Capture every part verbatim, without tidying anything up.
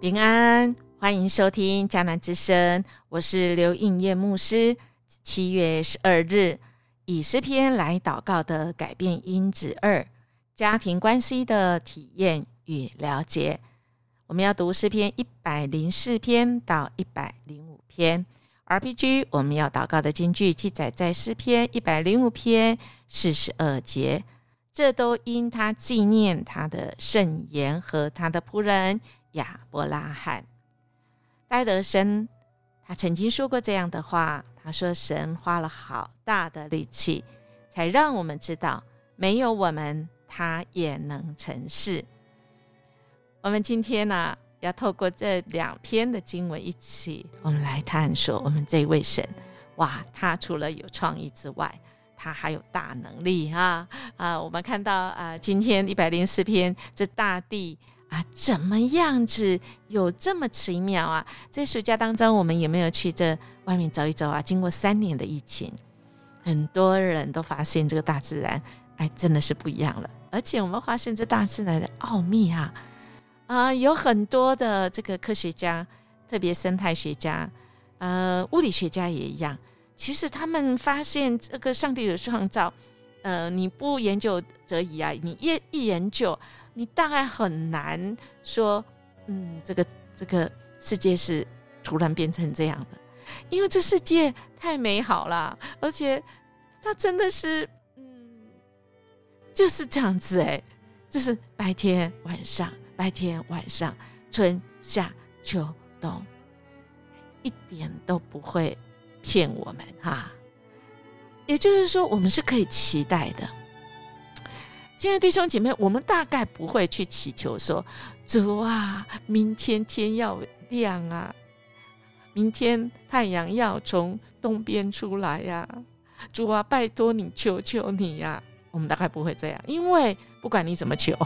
平安，欢迎收听迦南之声，我是刘应业牧师。七月十二日，以诗篇来祷告的改变因子二，家庭关系的体验与了解。我们要读诗篇一百零四篇到一百零五篇。R P G 我们要祷告的金句记载在诗篇一百零五篇四十二节，这都因他纪念他的圣言和他的仆人亚伯拉罕。戴德生他曾经说过这样的话，他说神花了好大的力气才让我们知道没有我们他也能成事。我们今天呢、啊、要透过这两篇的经文一起我们来探索我们这位神。哇，他除了有创意之外，他还有大能力啊！啊，我们看到啊，今天一百零四篇这大地啊，怎么样子有这么奇妙啊？在暑假当中，我们有没有去这外面走一走啊？经过三年的疫情，很多人都发现这个大自然，哎，真的是不一样了。而且我们发现这大自然的奥秘啊，啊，有很多的这个科学家，特别生态学家，呃，物理学家也一样。其实他们发现这个上帝的创造，呃，你不研究则已啊，你一研究，你大概很难说，嗯，这个这个世界是突然变成这样的，因为这世界太美好了，而且它真的是，嗯，就是这样子哎，就是白天晚上，白天晚上，春夏秋冬，一点都不会骗我们哈。也就是说，我们是可以期待的。亲爱的弟兄姐妹，我们大概不会去祈求说，主啊，明天天要亮啊，明天太阳要从东边出来呀、啊，主啊，拜托你，求求你呀、啊。我们大概不会这样，因为不管你怎么求，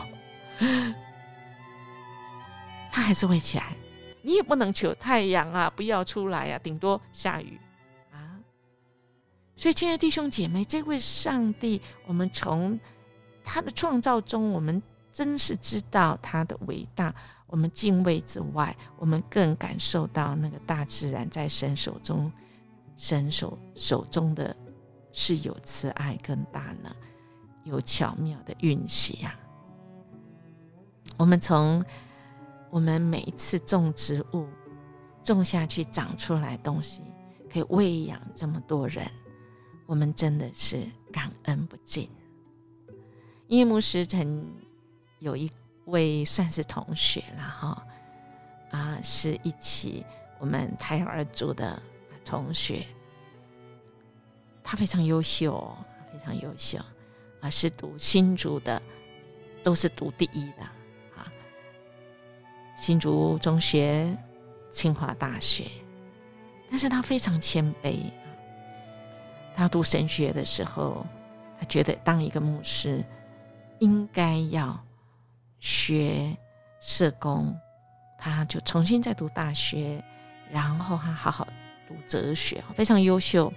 它还是会起来。你也不能求太阳啊不要出来啊，顶多下雨啊。所以亲爱的弟兄姐妹，这位上帝，我们从他的创造中，我们真是知道他的伟大，我们敬畏之外，我们更感受到那个大自然在神手中，神手手中的是有慈爱跟大能，有巧妙的运行啊。我们从我们每一次种植物种下去长出来的东西，可以喂养这么多人，我们真的是感恩不尽。因为牧师曾有一位算是同学啦哈，啊，是一起我们台儿族的同学，他非常优秀，非常优秀啊，是读新竹的，都是读第一的啊，新竹中学、清华大学，但是他非常谦卑。他读神学的时候，他觉得当一个牧师应该要学社工，他就重新再读大学，然后他好好读哲学，非常优秀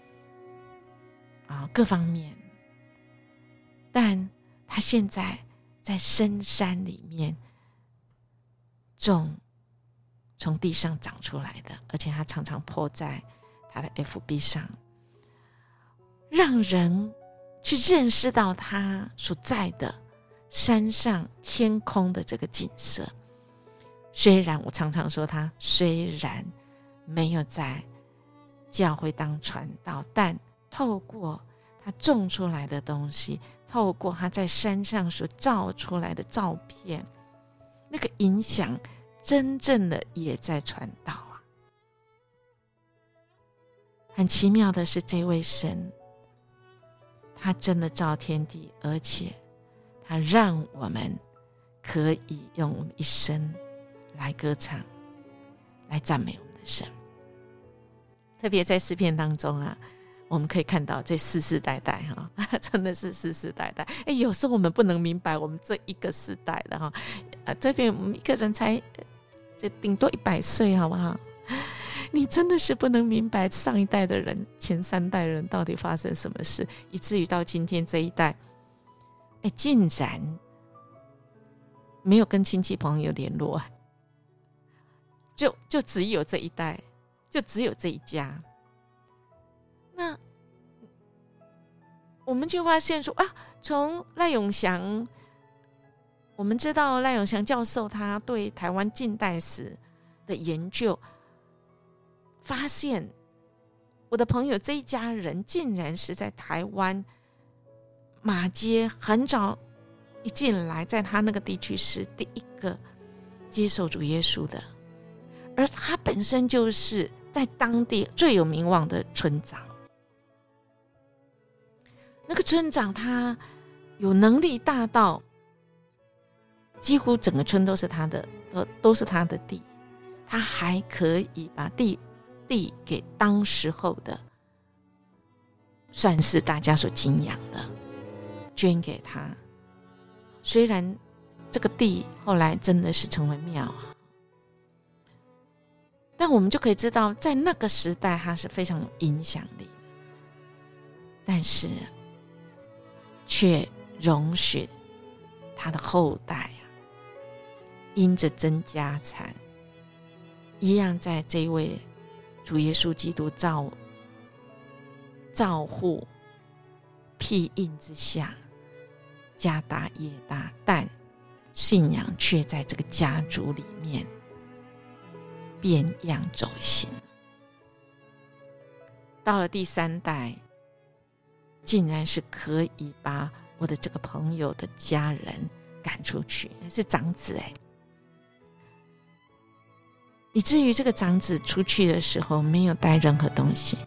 啊，各方面。但他现在在深山里面种从地上长出来的，而且他常常po在他的 F B 上，让人去认识到他所在的山上天空的这个景色。虽然我常常说他虽然没有在教会当传道，但透过他种出来的东西，透过他在山上所照出来的照片，那个影响真正的也在传道啊。很奇妙的是，这位神他真的造天地，而且他让我们可以用我们一生来歌唱，来赞美我们的神。特别在诗篇当中啊，我们可以看到这世世代代哈、哦，真的是世世代代。哎，有时候我们不能明白我们这一个世代的哈、啊，这边我们一个人才这顶多一百岁，好不好？你真的是不能明白上一代的人、前三代人到底发生什么事，以至于到今天这一代，哎，竟然没有跟亲戚朋友联络， 就就只有这一代，就只有这一家。那我们就发现说啊，从赖永祥，我们知道赖永祥教授他对台湾近代史的研究，发现我的朋友这一家人竟然是在台湾马街很早一进来，在他那个地区是第一个接受主耶稣的，而他本身就是在当地最有名望的村长。那个村长他有能力大到几乎整个村都是他的， 都, 都是他的地，他还可以把地地给当时候的算是大家所敬仰的捐给他。虽然这个地后来真的是成为庙啊，但我们就可以知道在那个时代他是非常有影响力的，但是却容许他的后代啊，因着争家产，一样在这一位主耶稣基督照照护庇荫之下，家大业大，但信仰却在这个家族里面变样走形。到了第三代，竟然是可以把我的这个朋友的家人赶出去，是长子哎，以至于这个长子出去的时候没有带任何东西，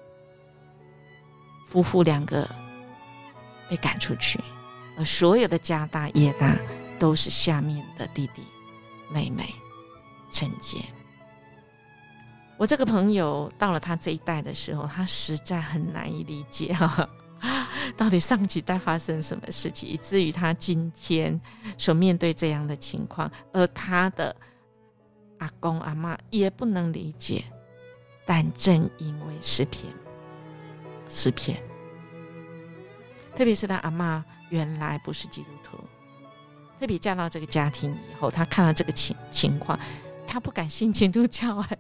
夫妇两个被赶出去，而所有的家大业大都是下面的弟弟妹妹承接。我这个朋友到了他这一代的时候，他实在很难以理解哈，到底上几代发生什么事情，以至于他今天所面对这样的情况，而他的阿公阿嬷也不能理解。但正因为诗篇诗篇特别是他阿嬷原来不是基督徒，特别嫁到这个家庭以后，他看到这个 情, 情况他不敢信基督教哎，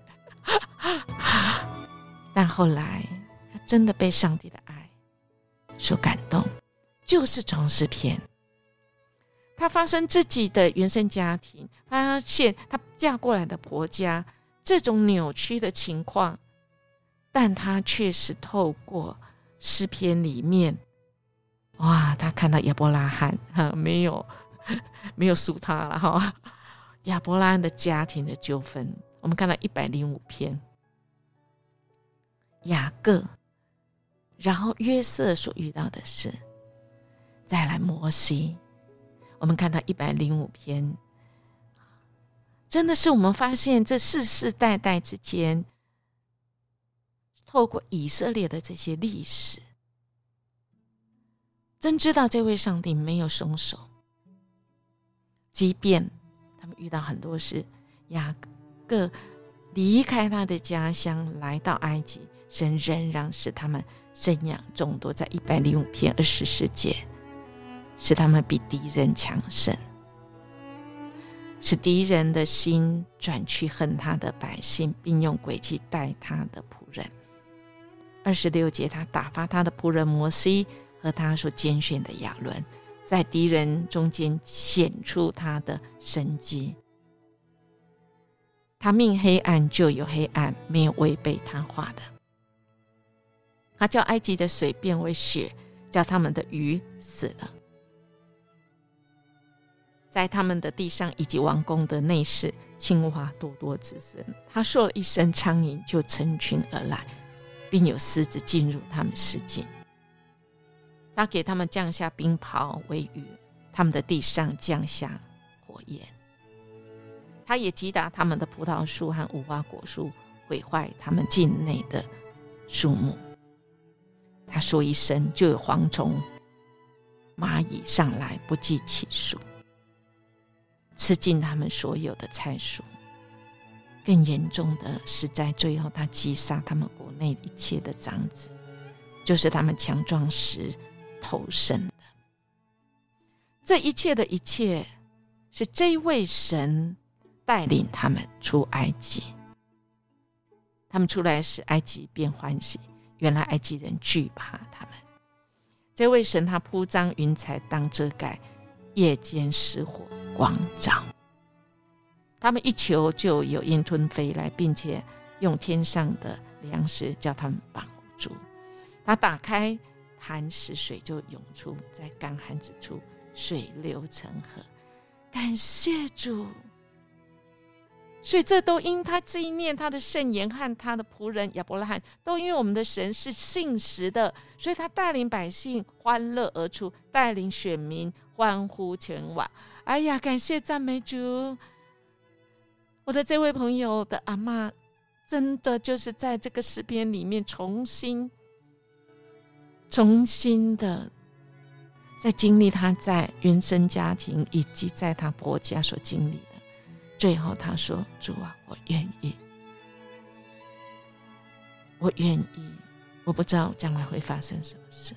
但后来他真的被上帝的爱所感动，就是从诗篇。他发生自己的原生家庭，发现他嫁过来的婆家这种扭曲的情况，但他却是透过诗篇里面，哇，他看到亚伯拉罕没有没有输他了哈，亚伯拉罕的家庭的纠纷，我们看到一百零五篇雅各，然后约瑟所遇到的事，再来摩西，我们看到一百零五篇，真的是我们发现这世世代代之间，透过以色列的这些历史，真知道这位上帝没有松手，即便他们遇到很多事，雅各离开他的家乡来到埃及，神仍然使他们生养众多，在一百零五篇二十四节，使他们比敌人强盛，使敌人的心转去恨他的百姓，并用诡计待他的仆人。二十六节，他打发他的仆人摩西和他所拣选的亚伦，在敌人中间显出他的神迹。他命黑暗就有黑暗，没有违背他话的。他叫埃及的水变为血，叫他们的鱼死了。在他们的地上以及王宫的内室，青蛙多多滋生。他说了一声，苍蝇就成群而来，并有狮子进入他们市境。他给他们降下冰雹为雨，他们的地上降下火焰。他也击打他们的葡萄树和无花果树，毁坏他们境内的树木。他说一声，就有蝗虫蚂蚁上来，不计其数，吃尽他们所有的菜蔬。更严重的是，在最后他击杀他们国内一切的长子，就是他们强壮时头生的。这一切的一切，是这位神带领他们出埃及。他们出来时，埃及便欢喜，原来埃及人惧怕他们。这位神他铺张云彩当遮盖，夜间使火光照。他们一求就有鹰吞飞来，并且用天上的粮食叫他们绑住。他打开磐石，水就涌出，在干旱之处水流成河。感谢主！所以这都因他这一念他的圣言和他的仆人亚伯拉罕，都因为我们的神是信实的，所以他带领百姓欢乐而出，带领选民欢呼前往。哎呀，感谢赞美主！我的这位朋友的阿嬷真的就是在这个诗篇里面重新重新的在经历他在原生家庭以及在他婆家所经历的。最后他说，主啊，我愿意，我愿意，我不知道将来会发生什么事，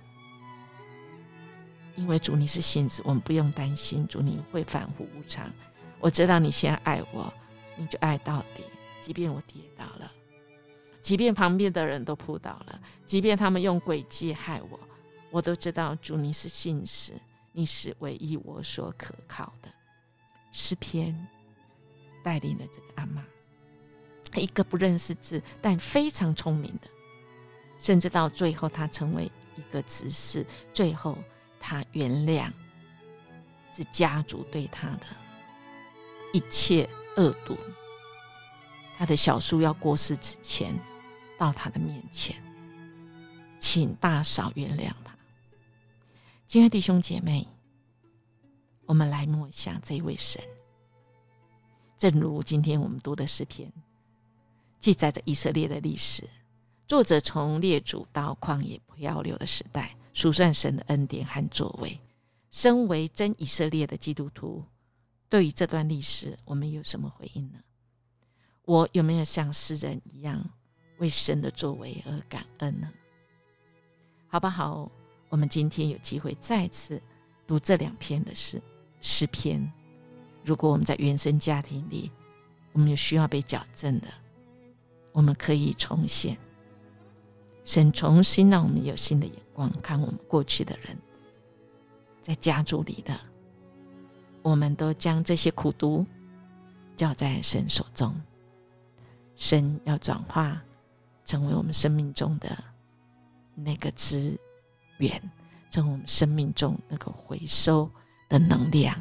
因为主你是信子，我们不用担心主你会反复无常。我知道你现在爱我，你就爱到底，即便我跌倒了，即便旁边的人都扑倒了，即便他们用诡计害我，我都知道主你是信实，你是唯一我所可靠的。诗篇带领了这个阿嬷，一个不认识字但非常聪明的，甚至到最后他成为一个执事，最后他原谅是家族对他的一切恶毒。他的小叔要过世之前到他的面前，请大嫂原谅他。亲爱的弟兄姐妹，我们来默想这一位神。正如今天我们读的诗篇记载着以色列的历史，作者从列祖到旷野漂流的时代，数算神的恩典和作为。身为真以色列的基督徒，对于这段历史我们有什么回应呢？我有没有像诗人一样为神的作为而感恩呢？好不好，我们今天有机会再次读这两篇的诗诗篇。如果我们在原生家庭里，我们有需要被矫正的，我们可以重现。神重新让我们有新的眼光看我们过去的人，在家族里的，我们都将这些苦毒交在神手中。神要转化成为我们生命中的那个资源，成为我们生命中那个回收的能量。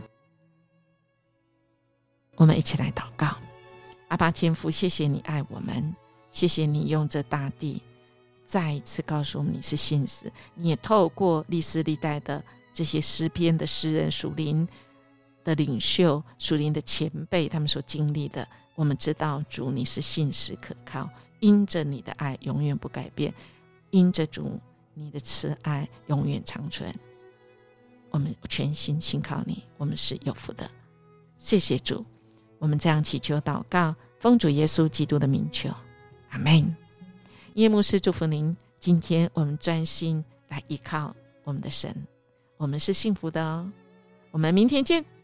我们一起来祷告。阿爸天父，谢谢你爱我们，谢谢你用这大地再一次告诉我们你是信实，你也透过历史历代的这些诗篇的诗人、属灵的领袖、属灵的前辈，他们所经历的，我们知道主你是信实可靠，因着你的爱永远不改变，因着主你的慈爱永远长存。我们全心信靠你，我们是有福的。谢谢主，我们这样祈求祷告，奉主耶稣基督的名求，阿们。叶牧师祝福您，今天我们专心来依靠我们的神，我们是幸福的哦。我们明天见。